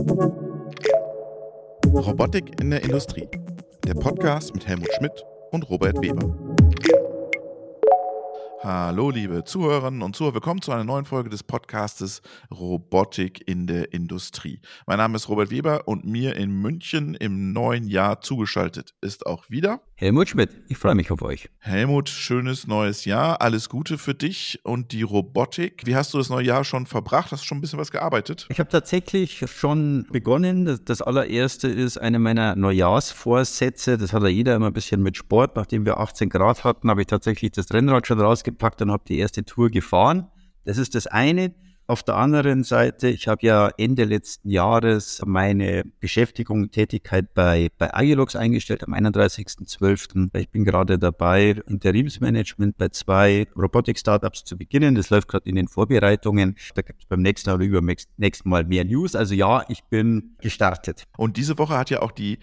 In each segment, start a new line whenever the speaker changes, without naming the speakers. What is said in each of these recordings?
Robotik in der Industrie. Der Podcast mit Helmut Schmidt und Robert Weber. Hallo liebe Zuhörerinnen und Zuhörer, willkommen zu einer neuen Folge des Podcastes Robotik in der Industrie. Mein Name ist Robert Weber und mir in München im neuen Jahr zugeschaltet ist auch wieder
Helmut Schmidt. Ich freue mich auf euch.
Helmut, schönes neues Jahr, alles Gute für dich und die Robotik. Wie hast du das neue Jahr schon verbracht? Hast du schon ein bisschen was gearbeitet?
Ich habe tatsächlich schon begonnen. Das allererste ist eine meiner Neujahrsvorsätze. Das hat ja jeder immer ein bisschen mit Sport. Nachdem wir 18 Grad hatten, habe ich tatsächlich das Rennrad schon rausgepackt und habe die erste Tour gefahren. Das ist das eine. Auf der anderen Seite, ich habe ja Ende letzten Jahres meine Beschäftigung und Tätigkeit bei Agilux eingestellt am 31.12. Ich bin gerade dabei, Interimsmanagement bei 2 Robotik-Startups zu beginnen. Das läuft gerade in den Vorbereitungen. Da gibt es beim nächsten oder übernächsten Mal mehr News. Also ja, ich bin gestartet.
Und diese Woche hat ja auch die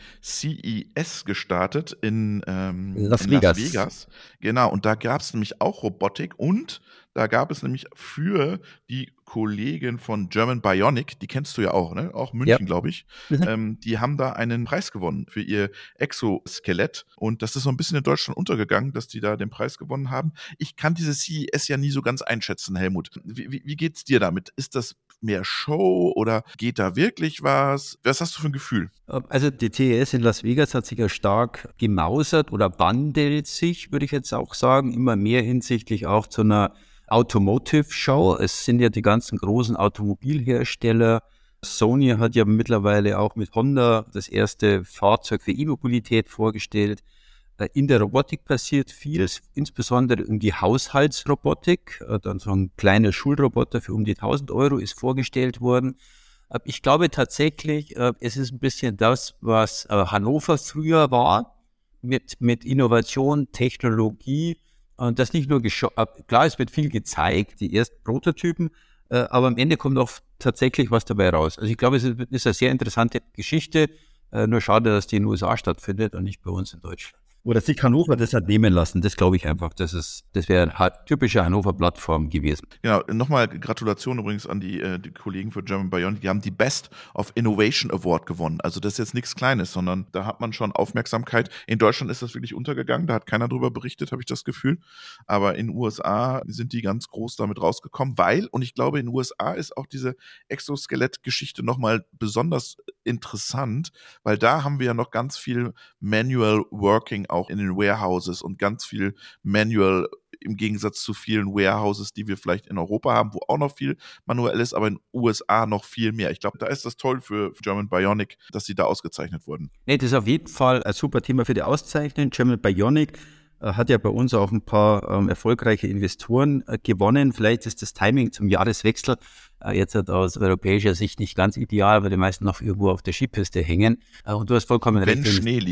CES gestartet in
Las Vegas.
Las Vegas. Genau, und da gab es nämlich auch Robotik und da gab es nämlich für die Kollegen von German Bionic, die kennst du ja auch, ne? Auch München,
Ja.
glaube ich. Die haben da einen Preis gewonnen für ihr Exoskelett. Und das ist so ein bisschen in Deutschland untergegangen, dass die da den Preis gewonnen haben. Ich kann diese CES ja nie so ganz einschätzen, Helmut. Wie geht's dir damit? Ist das mehr Show oder geht da wirklich was? Was hast du für ein Gefühl?
Also die CES in Las Vegas hat sich ja stark gemausert oder wandelt sich, würde ich jetzt auch sagen, immer mehr hinsichtlich auch zu einer Automotive-Show. Es sind ja die ganzen großen Automobilhersteller. Sony hat ja mittlerweile auch mit Honda das erste Fahrzeug für E-Mobilität vorgestellt. In der Robotik passiert vieles, insbesondere um die Haushaltsrobotik. Dann so ein kleiner Schulroboter für um die 1.000 Euro ist vorgestellt worden. Ich glaube tatsächlich, es ist ein bisschen das, was Hannover früher war, mit Innovation, Technologie. Und das nicht nur klar, es wird viel gezeigt, die ersten Prototypen, aber am Ende kommt auch tatsächlich was dabei raus. Also ich glaube, es ist eine sehr interessante Geschichte, nur schade, dass die in den USA stattfindet und nicht bei uns in Deutschland. Oder sich Hannover das hat nehmen lassen, das glaube ich einfach, das wäre eine typische Hannover-Plattform gewesen.
Genau, nochmal Gratulation übrigens an die Kollegen für German Bionic, die haben die Best of Innovation Award gewonnen. Also das ist jetzt nichts Kleines, sondern da hat man schon Aufmerksamkeit. In Deutschland ist das wirklich untergegangen, da hat keiner drüber berichtet, habe ich das Gefühl. Aber in den USA sind die ganz groß damit rausgekommen, weil, und ich glaube in den USA ist auch diese Exoskelett-Geschichte nochmal besonders interessant, weil da haben wir ja noch ganz viel Manual Working auch in den Warehouses und ganz viel Manual im Gegensatz zu vielen Warehouses, die wir vielleicht in Europa haben, wo auch noch viel manuell ist, aber in den USA noch viel mehr. Ich glaube, da ist das toll für German Bionic, dass sie da ausgezeichnet wurden.
Nee, das ist auf jeden Fall ein super Thema für die Auszeichnung. German Bionic hat ja bei uns auch ein paar erfolgreiche Investoren gewonnen. Vielleicht ist das Timing zum Jahreswechsel jetzt aus europäischer Sicht nicht ganz ideal, weil die meisten noch irgendwo auf der Skipiste hängen. Und du hast vollkommen recht.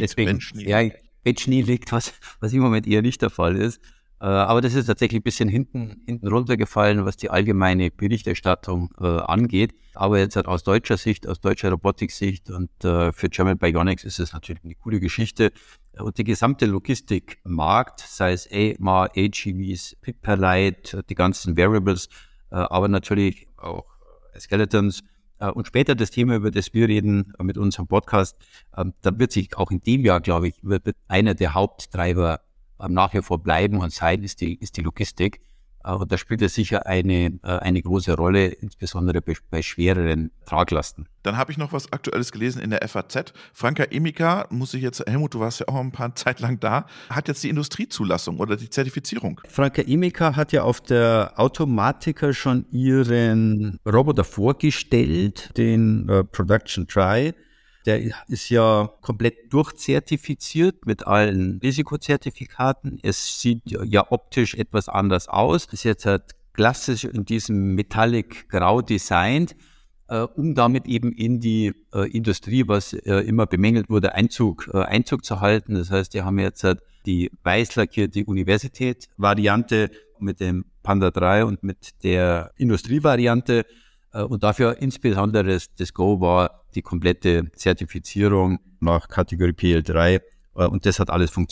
Wenn Schnee liegt, was im Moment eher nicht der Fall ist. Aber das ist tatsächlich ein bisschen hinten runtergefallen, was die allgemeine Berichterstattung angeht. Aber jetzt halt aus deutscher Sicht, aus deutscher Robotik-Sicht und für German Bionics ist es natürlich eine coole Geschichte. Und die gesamte Logistikmarkt, sei es AMR, AGVs, Pick-per-Light, die ganzen Variables, aber natürlich auch Skeletons, und später das Thema, über das wir reden mit unserem Podcast, da wird sich auch in dem Jahr, glaube ich, wird einer der Haupttreiber nach wie vor bleiben und sein, ist die Logistik. Und da spielt es sicher eine große Rolle, insbesondere bei schwereren Traglasten.
Dann habe ich noch was Aktuelles gelesen in der FAZ. Franka Emika, Helmut, du warst ja auch ein paar Zeit lang da, hat jetzt die Industriezulassung oder die Zertifizierung.
Franka Emika hat ja auf der Automatica schon ihren Roboter vorgestellt, den Production Try. Der ist ja komplett durchzertifiziert mit allen Risikozertifikaten. Es sieht ja optisch etwas anders aus. Ist jetzt halt klassisch in diesem Metallic Grau designt, um damit eben in die Industrie, was immer bemängelt wurde, Einzug zu halten. Das heißt, die haben jetzt halt die weiß lackierte Universität-Variante mit dem Panda 3 und mit der Industrievariante. Und dafür insbesondere das Go war die komplette Zertifizierung nach Kategorie PL3 und das hat alles funktioniert.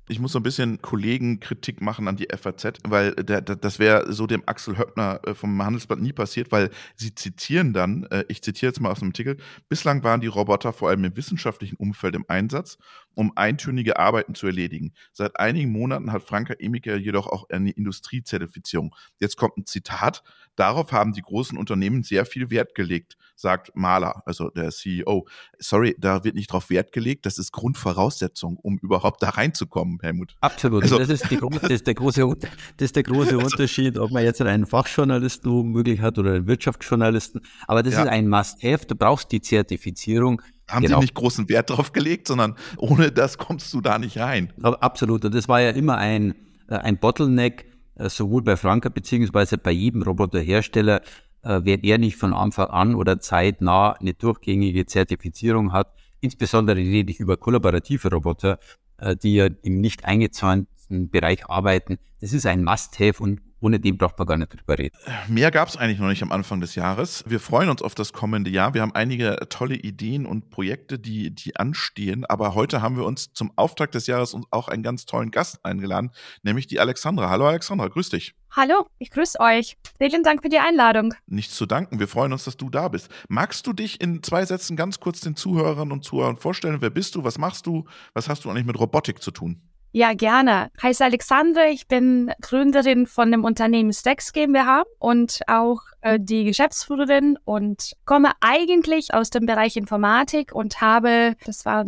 Ich muss so ein bisschen Kollegenkritik machen an die FAZ, weil das wäre so dem Axel Höppner vom Handelsblatt nie passiert, weil sie zitieren dann, ich zitiere jetzt mal aus dem Artikel, bislang waren die Roboter vor allem im wissenschaftlichen Umfeld im Einsatz, um eintönige Arbeiten zu erledigen. Seit einigen Monaten hat Franka Emmiker jedoch auch eine Industriezertifizierung. Jetzt kommt ein Zitat. Darauf haben die großen Unternehmen sehr viel Wert gelegt, sagt Mahler, also der CEO. Sorry, da wird nicht drauf Wert gelegt. Das ist Grundvoraussetzung, um überhaupt da reinzukommen, Helmut.
Absolut.
Also,
das ist der große Unterschied, ob man jetzt einen Fachjournalisten womöglich hat oder einen Wirtschaftsjournalisten. Aber das ist ein Must-have. Du brauchst die Zertifizierung.
Haben sie nicht großen Wert drauf gelegt, sondern ohne das kommst du da nicht rein.
Aber absolut. Und das war ja immer ein Bottleneck, sowohl bei Franka beziehungsweise bei jedem Roboterhersteller, wenn er nicht von Anfang an oder zeitnah eine durchgängige Zertifizierung hat. Insbesondere rede ich über kollaborative Roboter, die ja im nicht eingezäunten Bereich arbeiten. Das ist ein Must-have und ohne den braucht man gar nicht drüber reden.
Mehr gab es eigentlich noch nicht am Anfang des Jahres. Wir freuen uns auf das kommende Jahr. Wir haben einige tolle Ideen und Projekte, die anstehen. Aber heute haben wir uns zum Auftakt des Jahres auch einen ganz tollen Gast eingeladen, nämlich die Alexandra. Hallo Alexandra, grüß dich.
Hallo, ich grüße euch. Vielen Dank für die Einladung.
Nichts zu danken. Wir freuen uns, dass du da bist. Magst du dich in 2 Sätzen ganz kurz den Zuhörerinnen und Zuhörern vorstellen? Wer bist du? Was machst du? Was hast du eigentlich mit Robotik zu tun?
Ja, gerne. Ich heiße Alexandra, ich bin Gründerin von dem Unternehmen Stacks GmbH und auch die Geschäftsführerin und komme eigentlich aus dem Bereich Informatik und habe, das war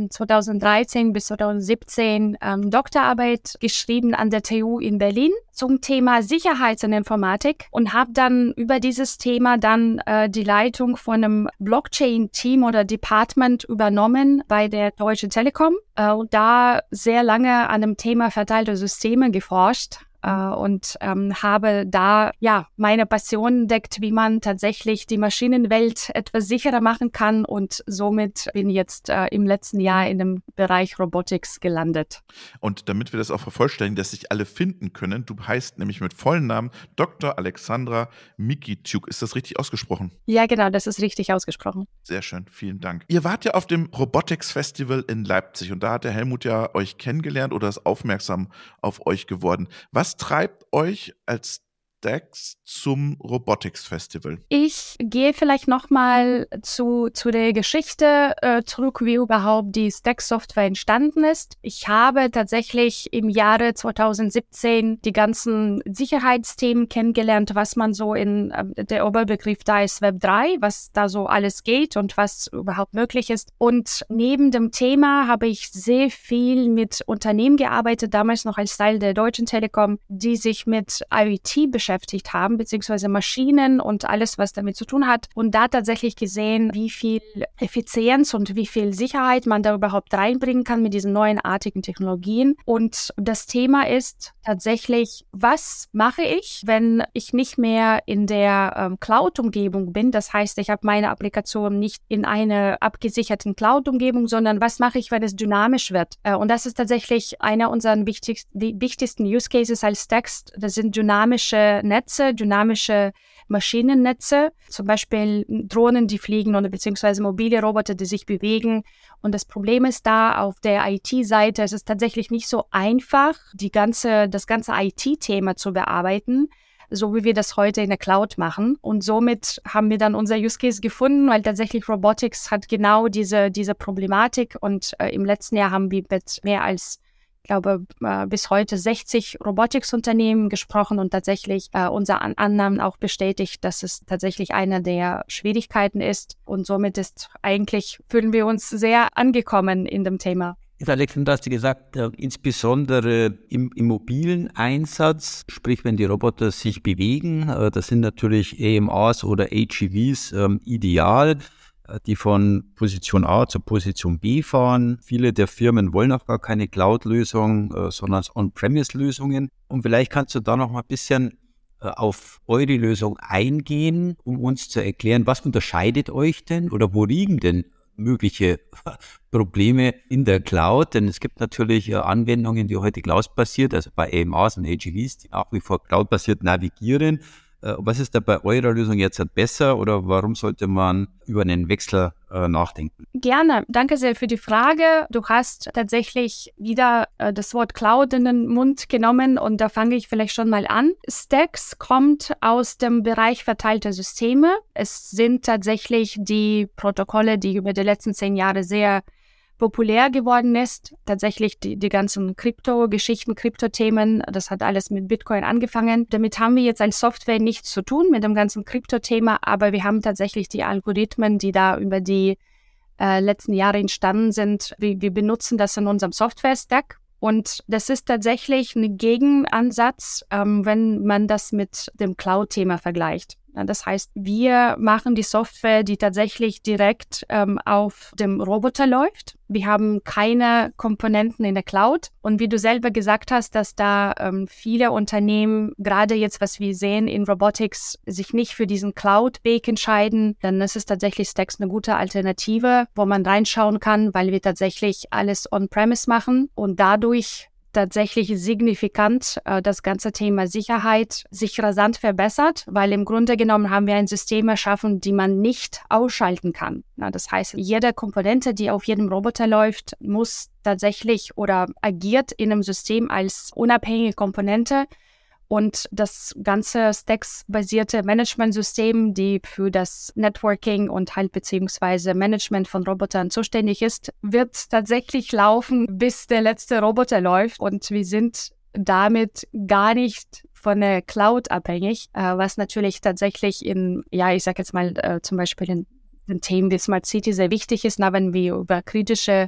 2013 bis 2017, Doktorarbeit geschrieben an der TU in Berlin zum Thema Sicherheit in Informatik und habe dann über dieses Thema dann die Leitung von einem Blockchain-Team oder Department übernommen bei der Deutschen Telekom und da sehr lange an dem Thema verteilte Systeme geforscht. Und habe da meine Passion entdeckt, wie man tatsächlich die Maschinenwelt etwas sicherer machen kann und somit bin jetzt im letzten Jahr in dem Bereich Robotics gelandet.
Und damit wir das auch vervollständigen, dass sich alle finden können, du heißt nämlich mit vollen Namen Dr. Alexandra Mikitiuk. Ist das richtig ausgesprochen?
Ja, genau, das ist richtig ausgesprochen.
Sehr schön, vielen Dank. Ihr wart ja auf dem Robotics Festival in Leipzig und da hat der Helmut ja euch kennengelernt oder ist aufmerksam auf euch geworden. Was treibt euch als Stacks zum Robotics Festival?
Ich gehe vielleicht nochmal zu der Geschichte zurück, wie überhaupt die Stacks Software entstanden ist. Ich habe tatsächlich im Jahre 2017 die ganzen Sicherheitsthemen kennengelernt, was man so in der Oberbegriff da ist Web 3, was da so alles geht und was überhaupt möglich ist. Und neben dem Thema habe ich sehr viel mit Unternehmen gearbeitet, damals noch als Teil der Deutschen Telekom, die sich mit IoT beschäftigt haben, beziehungsweise Maschinen und alles, was damit zu tun hat. Und da tatsächlich gesehen, wie viel Effizienz und wie viel Sicherheit man da überhaupt reinbringen kann mit diesen neuenartigen Technologien. Und das Thema ist tatsächlich, was mache ich, wenn ich nicht mehr in der Cloud-Umgebung bin? Das heißt, ich habe meine Applikation nicht in einer abgesicherten Cloud-Umgebung, sondern was mache ich, wenn es dynamisch wird? Und das ist tatsächlich einer unserer wichtigsten Use Cases als Stacks. Das sind dynamische Netze, dynamische Maschinennetze, zum Beispiel Drohnen, die fliegen oder beziehungsweise mobile Roboter, die sich bewegen. Und das Problem ist da auf der IT-Seite, es ist tatsächlich nicht so einfach, das ganze IT-Thema zu bearbeiten, so wie wir das heute in der Cloud machen. Und somit haben wir dann unser Use Case gefunden, weil tatsächlich Robotics hat genau diese Problematik. Und im letzten Jahr haben wir mit mehr als bis heute 60 Robotics-Unternehmen gesprochen und tatsächlich unser Annahmen auch bestätigt, dass es tatsächlich eine der Schwierigkeiten ist. Und somit fühlen wir uns sehr angekommen in dem Thema.
Alexandra, hast du gesagt, insbesondere im mobilen Einsatz, sprich wenn die Roboter sich bewegen, das sind natürlich AMRs oder AGVs ideal, die von Position A zur Position B fahren. Viele der Firmen wollen auch gar keine Cloud-Lösung, sondern On-Premise-Lösungen. Und vielleicht kannst du da noch mal ein bisschen auf eure Lösung eingehen, um uns zu erklären, was unterscheidet euch denn oder wo liegen denn mögliche Probleme in der Cloud? Denn es gibt natürlich Anwendungen, die heute Cloud-basiert, also bei AMRs und AGVs, die nach wie vor Cloud-basiert navigieren. Was ist da bei eurer Lösung jetzt besser oder warum sollte man über einen Wechsel nachdenken?
Gerne. Danke sehr für die Frage. Du hast tatsächlich wieder das Wort Cloud in den Mund genommen und da fange ich vielleicht schon mal an. Stacks kommt aus dem Bereich verteilte Systeme. Es sind tatsächlich die Protokolle, die über die letzten 10 Jahre sehr populär geworden ist. Tatsächlich die ganzen Krypto-Geschichten, Krypto-Themen, das hat alles mit Bitcoin angefangen. Damit haben wir jetzt als Software nichts zu tun mit dem ganzen Krypto-Thema, aber wir haben tatsächlich die Algorithmen, die da über die letzten Jahre entstanden sind. Wir benutzen das in unserem Software-Stack. Und das ist tatsächlich ein Gegenansatz, wenn man das mit dem Cloud-Thema vergleicht. Das heißt, wir machen die Software, die tatsächlich direkt auf dem Roboter läuft. Wir haben keine Komponenten in der Cloud. Und wie du selber gesagt hast, dass da viele Unternehmen, gerade jetzt, was wir sehen in Robotics, sich nicht für diesen Cloud-Weg entscheiden, dann ist es tatsächlich Stacks eine gute Alternative, wo man reinschauen kann, weil wir tatsächlich alles on-premise machen und dadurch tatsächlich signifikant das ganze Thema Sicherheit sich rasant verbessert, weil im Grunde genommen haben wir ein System erschaffen, die man nicht ausschalten kann. Das heißt, jede Komponente, die auf jedem Roboter läuft, muss tatsächlich oder agiert in einem System als unabhängige Komponente. Und das ganze Stacks-basierte Management-System, die für das Networking und halt beziehungsweise Management von Robotern zuständig ist, wird tatsächlich laufen, bis der letzte Roboter läuft. Und wir sind damit gar nicht von der Cloud abhängig, was natürlich tatsächlich ich sag jetzt mal zum Beispiel in den Themen wie Smart City sehr wichtig ist, wenn wir über kritische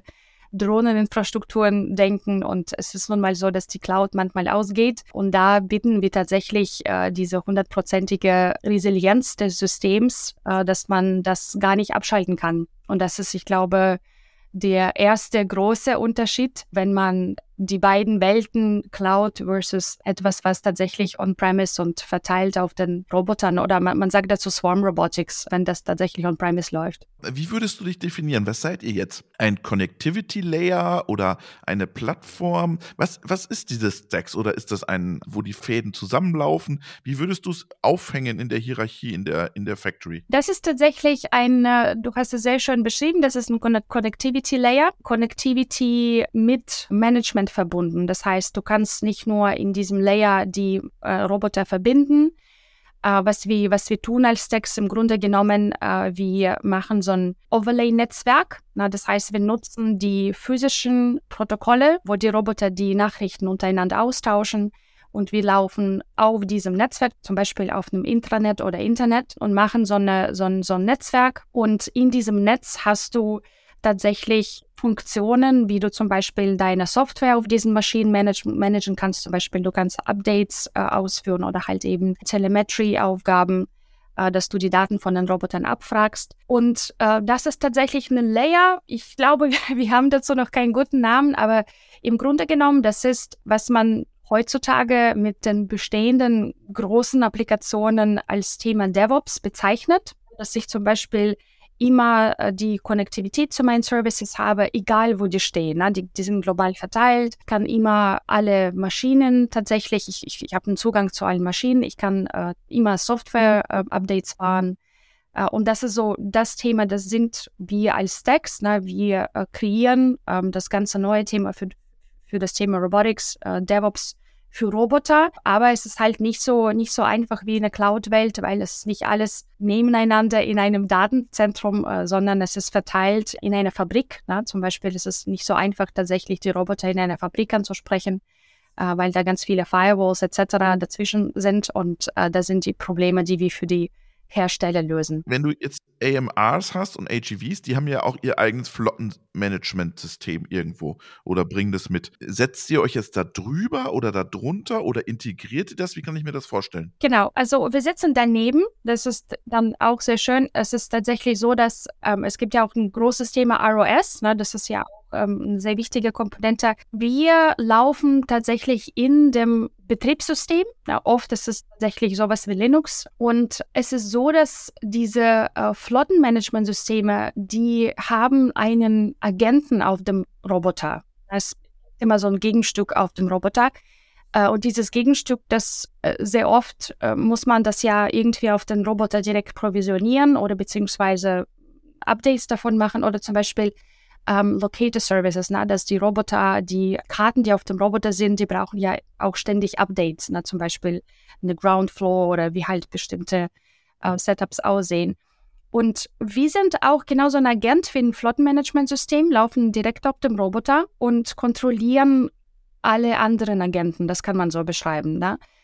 Drohneninfrastrukturen denken und es ist nun mal so, dass die Cloud manchmal ausgeht und da bieten wir tatsächlich diese 100%ige Resilienz des Systems, dass man das gar nicht abschalten kann. Und das ist, ich glaube, der erste große Unterschied, wenn man die beiden Welten Cloud versus etwas, was tatsächlich on-premise und verteilt auf den Robotern oder man sagt dazu Swarm Robotics, wenn das tatsächlich on-premise läuft.
Wie würdest du dich definieren? Was seid ihr jetzt? Ein Connectivity Layer oder eine Plattform? Was ist dieses Stacks oder ist das wo die Fäden zusammenlaufen? Wie würdest du es aufhängen in der Hierarchie in der Factory?
Das ist tatsächlich du hast es sehr schön beschrieben, das ist ein Connectivity Layer. Connectivity mit Management verbunden. Das heißt, du kannst nicht nur in diesem Layer die Roboter verbinden. Was wir tun als Stacks im Grunde genommen, wir machen so ein Overlay-Netzwerk. Das heißt, wir nutzen die physischen Protokolle, wo die Roboter die Nachrichten untereinander austauschen. Und wir laufen auf diesem Netzwerk, zum Beispiel auf einem Intranet oder Internet und machen so ein Netzwerk. Und in diesem Netz hast du tatsächlich Funktionen, wie du zum Beispiel deine Software auf diesen Maschinen managen kannst. Zum Beispiel, du kannst Updates ausführen oder halt eben Telemetry-Aufgaben, dass du die Daten von den Robotern abfragst. Und das ist tatsächlich ein Layer. Ich glaube, wir haben dazu noch keinen guten Namen, aber im Grunde genommen, das ist, was man heutzutage mit den bestehenden großen Applikationen als Thema DevOps bezeichnet, dass ich zum Beispiel immer die Konnektivität zu meinen Services habe, egal wo die stehen. Die sind global verteilt, kann immer alle Maschinen tatsächlich, ich habe einen Zugang zu allen Maschinen, ich kann immer Software-Updates fahren. Und das ist so das Thema, das sind wir als Stacks. Wir kreieren das ganze neue Thema für das Thema Robotics, DevOps für Roboter, aber es ist halt nicht so einfach wie in der Cloud-Welt, weil es nicht alles nebeneinander in einem Datenzentrum, sondern es ist verteilt in einer Fabrik. Zum Beispiel ist es nicht so einfach, tatsächlich die Roboter in einer Fabrik anzusprechen, weil da ganz viele Firewalls etc. dazwischen sind und da sind die Probleme, die wir für die Hersteller lösen.
Wenn du jetzt AMRs hast und AGVs, die haben ja auch ihr eigenes Flottenmanagementsystem irgendwo oder bringen das mit. Setzt ihr euch jetzt da drüber oder da drunter oder integriert ihr das? Wie kann ich mir das vorstellen?
Genau, also wir sitzen daneben. Das ist dann auch sehr schön. Es ist tatsächlich so, dass es gibt ja auch ein großes Thema ROS. Das ist ja auch eine sehr wichtige Komponente. Wir laufen tatsächlich in dem Betriebssystem. Oft ist es tatsächlich sowas wie Linux. Und es ist so, dass diese Flottenmanagementsysteme, die haben einen Agenten auf dem Roboter. Das ist immer so ein Gegenstück auf dem Roboter. Und dieses Gegenstück, das sehr oft muss man das ja irgendwie auf den Roboter direkt provisionieren oder beziehungsweise Updates davon machen oder zum Beispiel Locator Services, dass die Roboter, die Karten, die auf dem Roboter sind, die brauchen ja auch ständig Updates, zum Beispiel eine Ground Floor oder wie halt bestimmte Setups aussehen. Und wir sind auch genauso ein Agent wie ein Flottenmanagementsystem, laufen direkt auf dem Roboter und kontrollieren alle anderen Agenten, das kann man so beschreiben,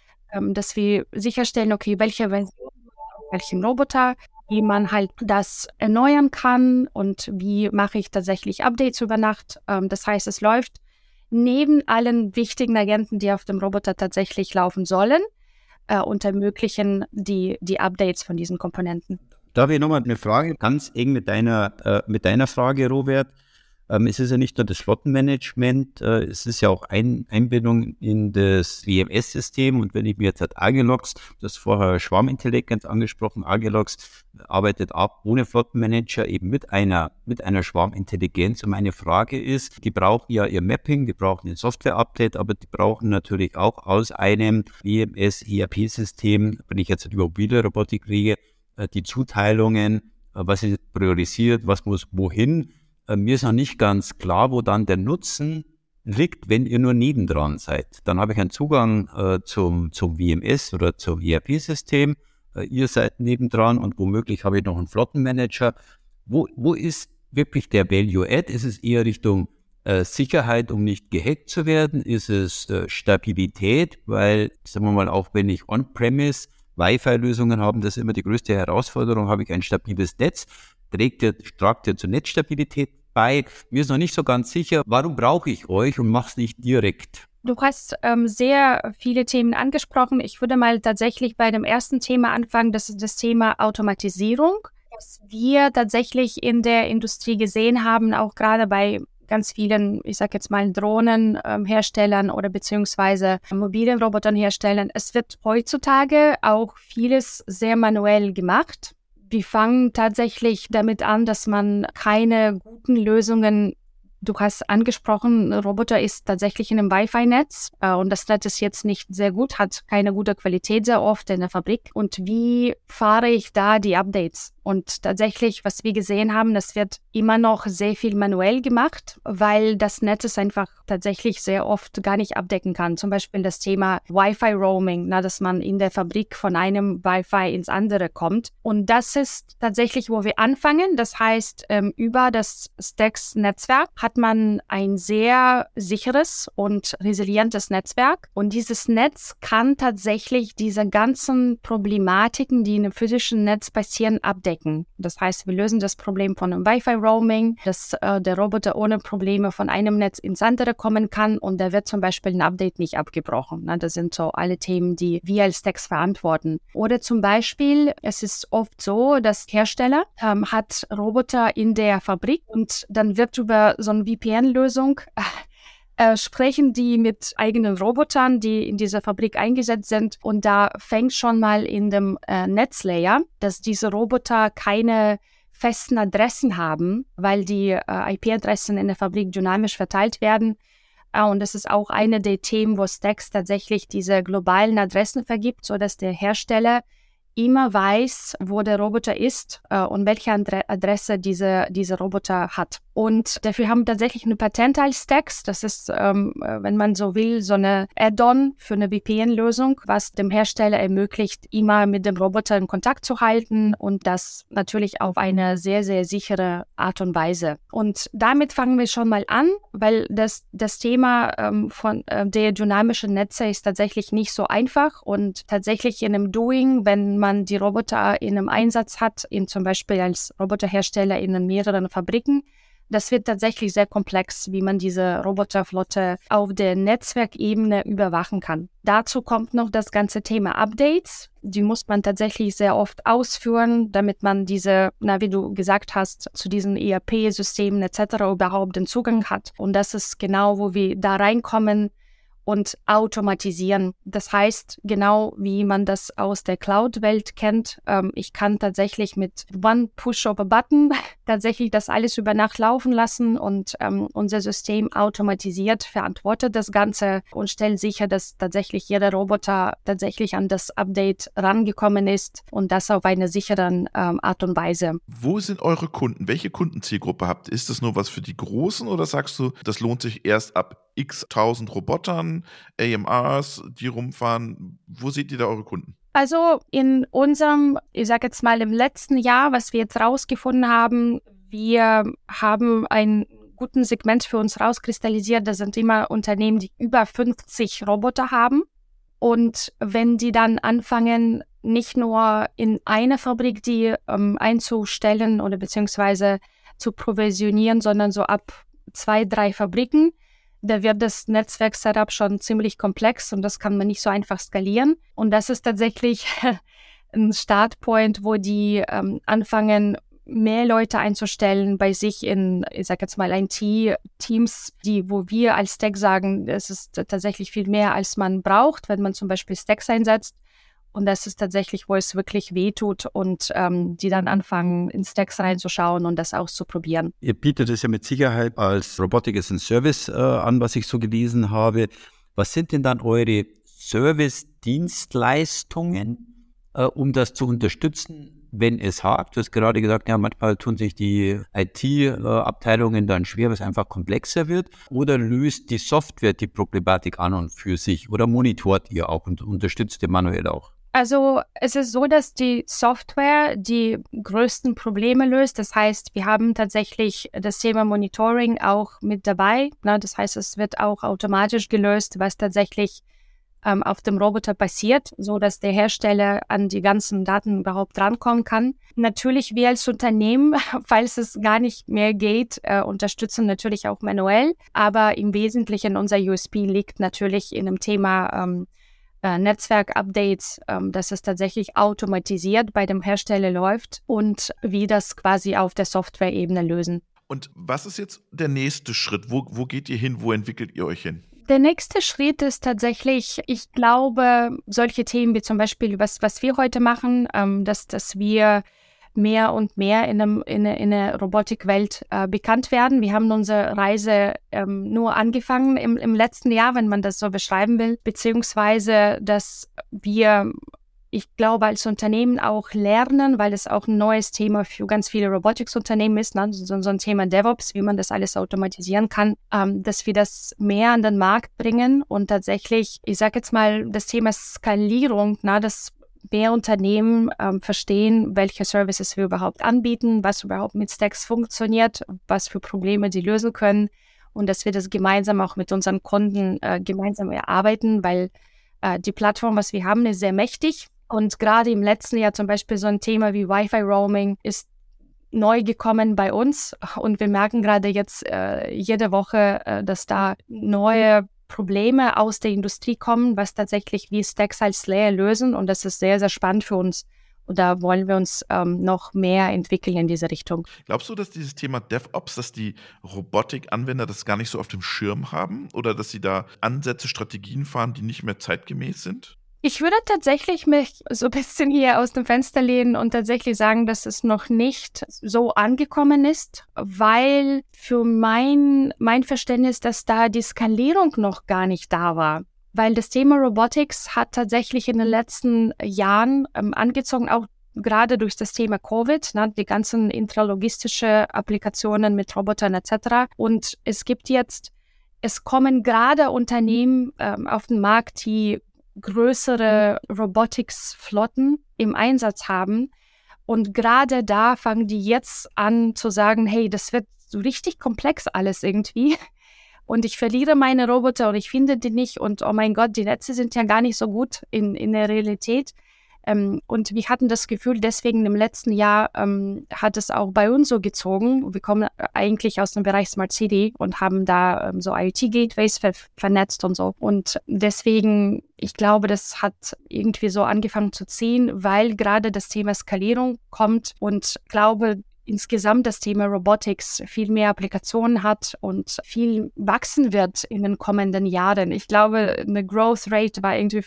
dass wir sicherstellen, okay, welche Version, welchen Roboter, wie man halt das erneuern kann und wie mache ich tatsächlich Updates über Nacht. Das heißt, es läuft neben allen wichtigen Agenten, die auf dem Roboter tatsächlich laufen sollen, und ermöglichen die Updates von diesen Komponenten.
Da habe ich nochmal eine Frage, ganz eng mit deiner Frage, Robert. Es ist ja nicht nur das Flottenmanagement, es ist ja auch Einbindung in das WMS-System. Und wenn ich mir jetzt Argelox, das vorher Schwarmintelligenz angesprochen, Argelox arbeitet ab ohne Flottenmanager eben mit einer Schwarmintelligenz. Und meine Frage ist, die brauchen ja ihr Mapping, die brauchen ein Software-Update, aber die brauchen natürlich auch aus einem WMS-ERP-System, wenn ich jetzt über mobile Robotik rede, die Zuteilungen, was ist priorisiert, was muss wohin. Mir ist noch nicht ganz klar, wo dann der Nutzen liegt, wenn ihr nur nebendran seid. Dann habe ich einen Zugang zum WMS oder zum ERP-System. Ihr seid nebendran und womöglich habe ich noch einen Flottenmanager. Wo ist wirklich der Value-Add? Ist es eher Richtung Sicherheit, um nicht gehackt zu werden? Ist es Stabilität? Weil, sagen wir mal, auch wenn ich On-Premise Wi-Fi-Lösungen habe, das ist immer die größte Herausforderung, habe ich ein stabiles Netz, tragt ihr zur Netzstabilität bei. Mir ist noch nicht so ganz sicher, warum brauche ich euch und mache es nicht direkt?
Du hast sehr viele Themen angesprochen. Ich würde mal tatsächlich bei dem ersten Thema anfangen, das ist das Thema Automatisierung. Was wir tatsächlich in der Industrie gesehen haben, auch gerade bei ganz vielen, ich sage jetzt mal Drohnenherstellern oder beziehungsweise mobilen Roboternherstellern. Es wird heutzutage auch vieles sehr manuell gemacht. Wir fangen tatsächlich damit an, dass man keine guten Lösungen, du hast angesprochen, ein Roboter ist tatsächlich in einem Wi-Fi-Netz und das Netz ist jetzt nicht sehr gut, hat keine gute Qualität sehr oft in der Fabrik. Und wie fahre ich da die Updates? Und tatsächlich, was wir gesehen haben, das wird immer noch sehr viel manuell gemacht, weil das Netz es einfach tatsächlich sehr oft gar nicht abdecken kann. Zum Beispiel das Thema Wi-Fi-Roaming, dass man in der Fabrik von einem Wi-Fi ins andere kommt. Und das ist tatsächlich, wo wir anfangen. Das heißt, über das STEX-Netzwerk hat man ein sehr sicheres und resilientes Netzwerk. Und dieses Netz kann tatsächlich diese ganzen Problematiken, die in einem physischen Netz passieren, abdecken. Das heißt, wir lösen das Problem von einem Wi-Fi-Roaming, dass der Roboter ohne Probleme von einem Netz ins andere kommen kann und da wird zum Beispiel ein Update nicht abgebrochen. Das sind so alle Themen, die wir als STEX verantworten. Oder zum Beispiel, es ist oft so, dass Hersteller hat Roboter in der Fabrik und dann wird über so eine VPN-Lösung sprechen die mit eigenen Robotern, die in dieser Fabrik eingesetzt sind. Und da fängt schon mal in dem Netzlayer, dass diese Roboter keine festen Adressen haben, weil die IP-Adressen in der Fabrik dynamisch verteilt werden. Und das ist auch eine der Themen, wo STEX tatsächlich diese globalen Adressen vergibt, sodass der Hersteller immer weiß, wo der Roboter ist und welche Adresse dieser Roboter hat. Und dafür haben wir tatsächlich eine Patent als STEX. Das ist, wenn man so will, so eine Add-on für eine VPN-Lösung, was dem Hersteller ermöglicht, immer mit dem Roboter in Kontakt zu halten und das natürlich auf eine sehr, sehr sichere Art und Weise. Und damit fangen wir schon mal an, weil das Thema von der dynamischen Netze ist tatsächlich nicht so einfach und tatsächlich in einem Doing, wenn man die Roboter in einem Einsatz hat, zum Beispiel als Roboterhersteller in mehreren Fabriken, das wird tatsächlich sehr komplex, wie man diese Roboterflotte auf der Netzwerkebene überwachen kann. Dazu kommt noch das ganze Thema Updates. Die muss man tatsächlich sehr oft ausführen, damit man diese, wie du gesagt hast, zu diesen ERP-Systemen etc. überhaupt den Zugang hat. Und das ist genau, wo wir da reinkommen und automatisieren. Das heißt, genau wie man das aus der Cloud-Welt kennt, ich kann tatsächlich mit One Push of a Button tatsächlich das alles über Nacht laufen lassen und unser System automatisiert verantwortet das Ganze und stellt sicher, dass tatsächlich jeder Roboter tatsächlich an das Update rangekommen ist und das auf eine sichere Art und Weise.
Wo sind eure Kunden? Welche Kundenzielgruppe habt ihr? Ist das nur was für die Großen oder sagst du, das lohnt sich erst ab x 1000 Robotern, AMRs, die rumfahren? Wo seht ihr da eure Kunden?
Also in unserem, ich sage jetzt mal im letzten Jahr, was wir jetzt rausgefunden haben, wir haben ein guten Segment für uns rauskristallisiert. Das sind immer Unternehmen, die über 50 Roboter haben. Und wenn die dann anfangen, nicht nur in einer Fabrik die einzustellen oder beziehungsweise zu provisionieren, sondern so ab 2, 3 Fabriken, da wird das Netzwerk-Setup schon ziemlich komplex und das kann man nicht so einfach skalieren. Und das ist tatsächlich ein Startpoint, wo die anfangen, mehr Leute einzustellen bei sich in, ich sag jetzt mal, IT-Teams, wo wir als Stack sagen, es ist tatsächlich viel mehr, als man braucht, wenn man zum Beispiel Stacks einsetzt. Und das ist tatsächlich, wo es wirklich wehtut und die dann anfangen, in Stacks reinzuschauen und das auszuprobieren.
Ihr bietet es ja mit Sicherheit als Robotic as a Service an, was ich so gelesen habe. Was sind denn dann eure Service-Dienstleistungen, um das zu unterstützen, wenn es hakt? Du hast gerade gesagt, ja, manchmal tun sich die IT-Abteilungen dann schwer, weil es einfach komplexer wird. Oder löst die Software die Problematik an und für sich? Oder monitort ihr auch und unterstützt ihr manuell auch?
Also es ist so, dass die Software die größten Probleme löst. Das heißt, wir haben tatsächlich das Thema Monitoring auch mit dabei. Das heißt, es wird auch automatisch gelöst, was tatsächlich auf dem Roboter passiert, so dass der Hersteller an die ganzen Daten überhaupt rankommen kann. Natürlich, wir als Unternehmen, falls es gar nicht mehr geht, unterstützen natürlich auch manuell, aber im Wesentlichen unser USP liegt natürlich in dem Thema Netzwerk-Updates, dass es tatsächlich automatisiert bei dem Hersteller läuft und wie das quasi auf der Software-Ebene lösen.
Und was ist jetzt der nächste Schritt? Wo geht ihr hin? Wo entwickelt ihr euch hin?
Der nächste Schritt ist tatsächlich, ich glaube, solche Themen wie zum Beispiel, was wir heute machen, dass wir mehr und mehr in der Robotikwelt bekannt werden. Wir haben unsere Reise nur angefangen im letzten Jahr, wenn man das so beschreiben will, beziehungsweise, dass wir, ich glaube, als Unternehmen auch lernen, weil es auch ein neues Thema für ganz viele Robotics-Unternehmen ist, ne? So ein Thema DevOps, wie man das alles automatisieren kann, dass wir das mehr an den Markt bringen und tatsächlich, ich sage jetzt mal, das Thema Skalierung, dass mehr Unternehmen verstehen, welche Services wir überhaupt anbieten, was überhaupt mit Stacks funktioniert, was für Probleme die lösen können und dass wir das gemeinsam auch mit unseren Kunden gemeinsam erarbeiten, weil die Plattform, was wir haben, ist sehr mächtig. Und gerade im letzten Jahr zum Beispiel so ein Thema wie Wi-Fi-Roaming ist neu gekommen bei uns. Und wir merken gerade jetzt jede Woche, dass da neue Probleme aus der Industrie kommen, was tatsächlich wie Stacks als Layer lösen. Und das ist sehr, sehr spannend für uns. Und da wollen wir uns noch mehr entwickeln in diese Richtung.
Glaubst du, dass dieses Thema DevOps, dass die Robotik-Anwender das gar nicht so auf dem Schirm haben? Oder dass sie da Ansätze, Strategien fahren, die nicht mehr zeitgemäß sind?
Ich würde tatsächlich mich so ein bisschen hier aus dem Fenster lehnen und tatsächlich sagen, dass es noch nicht so angekommen ist, weil für mein Verständnis, dass da die Skalierung noch gar nicht da war. Weil das Thema Robotics hat tatsächlich in den letzten Jahren angezogen, auch gerade durch das Thema Covid, die ganzen intralogistische Applikationen mit Robotern etc. Und es kommen gerade Unternehmen auf den Markt, die größere Robotics-Flotten im Einsatz haben. Und gerade da fangen die jetzt an zu sagen, hey, das wird so richtig komplex alles irgendwie. Und ich verliere meine Roboter und ich finde die nicht. Und oh mein Gott, die Netze sind ja gar nicht so gut in der Realität. Und wir hatten das Gefühl, deswegen im letzten Jahr hat es auch bei uns so gezogen. Wir kommen eigentlich aus dem Bereich Smart City und haben da so IoT-Gateways vernetzt und so. Und deswegen, ich glaube, das hat irgendwie so angefangen zu ziehen, weil gerade das Thema Skalierung kommt und glaube, insgesamt das Thema Robotics viel mehr Applikationen hat und viel wachsen wird in den kommenden Jahren. Ich glaube, eine Growth Rate war irgendwie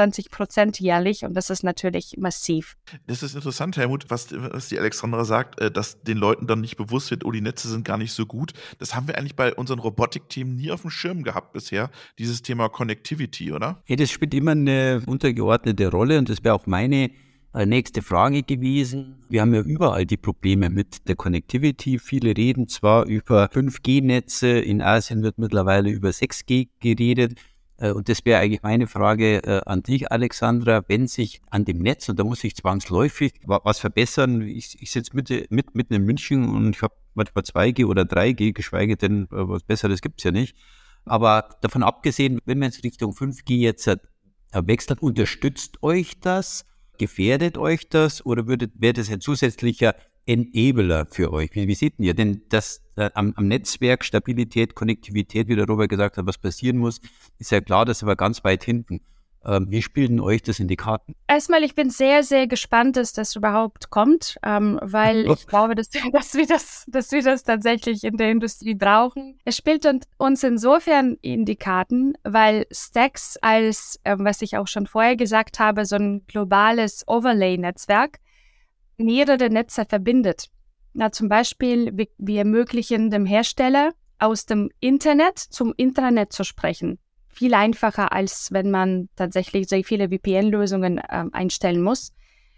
25% jährlich und das ist natürlich massiv.
Das ist interessant, Helmut, was die Alexandra sagt, dass den Leuten dann nicht bewusst wird, oh, die Netze sind gar nicht so gut. Das haben wir eigentlich bei unseren Robotikteams nie auf dem Schirm gehabt bisher, dieses Thema Connectivity, oder?
Ja, das spielt immer eine untergeordnete Rolle und das wäre auch meine nächste Frage gewesen. Wir haben ja überall die Probleme mit der Connectivity. Viele reden zwar über 5G-Netze, in Asien wird mittlerweile über 6G geredet. Und das wäre eigentlich meine Frage an dich, Alexandra, wenn sich an dem Netz, und da muss ich zwangsläufig was verbessern, ich sitze mitten in München und ich habe manchmal 2G oder 3G, geschweige denn, was Besseres gibt's ja nicht. Aber davon abgesehen, wenn wir jetzt Richtung 5G jetzt wechseln, unterstützt euch das? Gefährdet euch das oder wäre das ein zusätzlicher Enabler für euch? Wie seht ihr denn das am Netzwerk, Stabilität, Konnektivität, wie der Robert gesagt hat, was passieren muss, ist ja klar, das ist aber ganz weit hinten. Wie spielt denn euch das in die Karten?
Erstmal, ich bin sehr, sehr gespannt, dass das überhaupt kommt, weil ich glaube, dass wir das tatsächlich in der Industrie brauchen. Es spielt uns insofern in die Karten, weil Stacks als, was ich auch schon vorher gesagt habe, so ein globales Overlay-Netzwerk mehrere Netze verbindet. Na, zum Beispiel, wir ermöglichen dem Hersteller, aus dem Internet zum Intranet zu sprechen. Viel einfacher, als wenn man tatsächlich sehr viele VPN-Lösungen einstellen muss.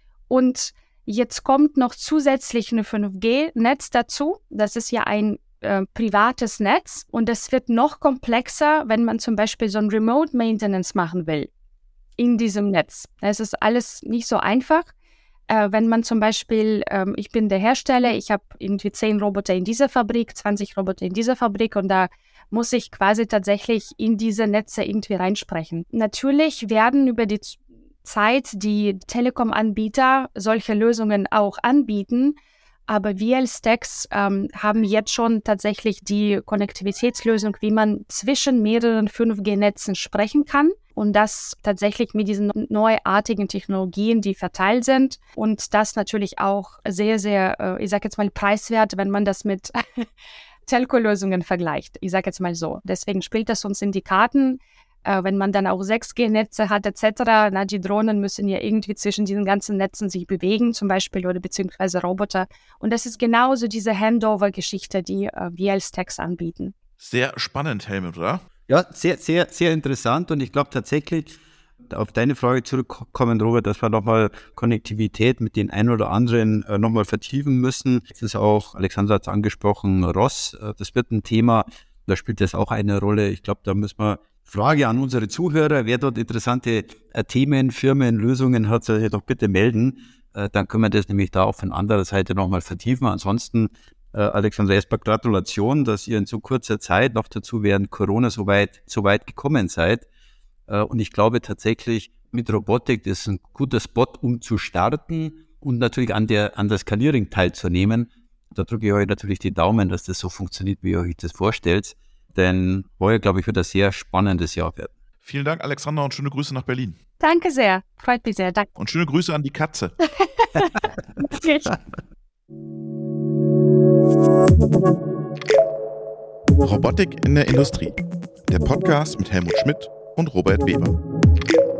Und jetzt kommt noch zusätzlich eine 5G-Netz dazu. Das ist ja ein privates Netz und es wird noch komplexer, wenn man zum Beispiel so ein Remote-Maintenance machen will in diesem Netz. Es ist alles nicht so einfach. Wenn man zum Beispiel, ich bin der Hersteller, ich habe irgendwie 10 Roboter in dieser Fabrik, 20 Roboter in dieser Fabrik und da muss ich quasi tatsächlich in diese Netze irgendwie reinsprechen. Natürlich werden über die Zeit die Telekom-Anbieter solche Lösungen auch anbieten, aber wir als Stacks haben jetzt schon tatsächlich die Konnektivitätslösung, wie man zwischen mehreren 5G-Netzen sprechen kann. Und das tatsächlich mit diesen neuartigen Technologien, die verteilt sind. Und das natürlich auch sehr, sehr, ich sage jetzt mal, preiswert, wenn man das mit Telco-Lösungen vergleicht. Ich sage jetzt mal so. Deswegen spielt das uns in die Karten. Wenn man dann auch 6G-Netze hat etc., na, die Drohnen müssen ja irgendwie zwischen diesen ganzen Netzen sich bewegen, zum Beispiel, oder beziehungsweise Roboter. Und das ist genauso diese Handover-Geschichte, die wir als Stacks anbieten.
Sehr spannend, Helmut, oder?
Ja, sehr, sehr, sehr interessant und ich glaube tatsächlich, auf deine Frage zurückkommen, Robert, dass wir nochmal Konnektivität mit den ein oder anderen nochmal vertiefen müssen. Das ist auch, Alexandra hat es angesprochen, ROS, das wird ein Thema, da spielt das auch eine Rolle. Ich glaube, da müssen wir, Frage an unsere Zuhörer, wer dort interessante Themen, Firmen, Lösungen hat, soll sich doch bitte melden. Dann können wir das nämlich da auch von anderer Seite nochmal vertiefen. Ansonsten, Alexandra, erstmal Gratulation, dass ihr in so kurzer Zeit, noch dazu während Corona so weit gekommen seid. Und ich glaube tatsächlich, mit Robotik, das ist ein guter Spot, um zu starten und natürlich an der Skalierung teilzunehmen. Da drücke ich euch natürlich die Daumen, dass das so funktioniert, wie ihr euch das vorstellt. Denn heuer, glaube ich, wird ein sehr spannendes Jahr werden.
Vielen Dank, Alexandra, und schöne Grüße nach Berlin.
Danke sehr. Freut mich sehr. Danke.
Und schöne Grüße an die Katze. Robotik in der Industrie. Der Podcast mit Helmut Schmidt und Robert Weber.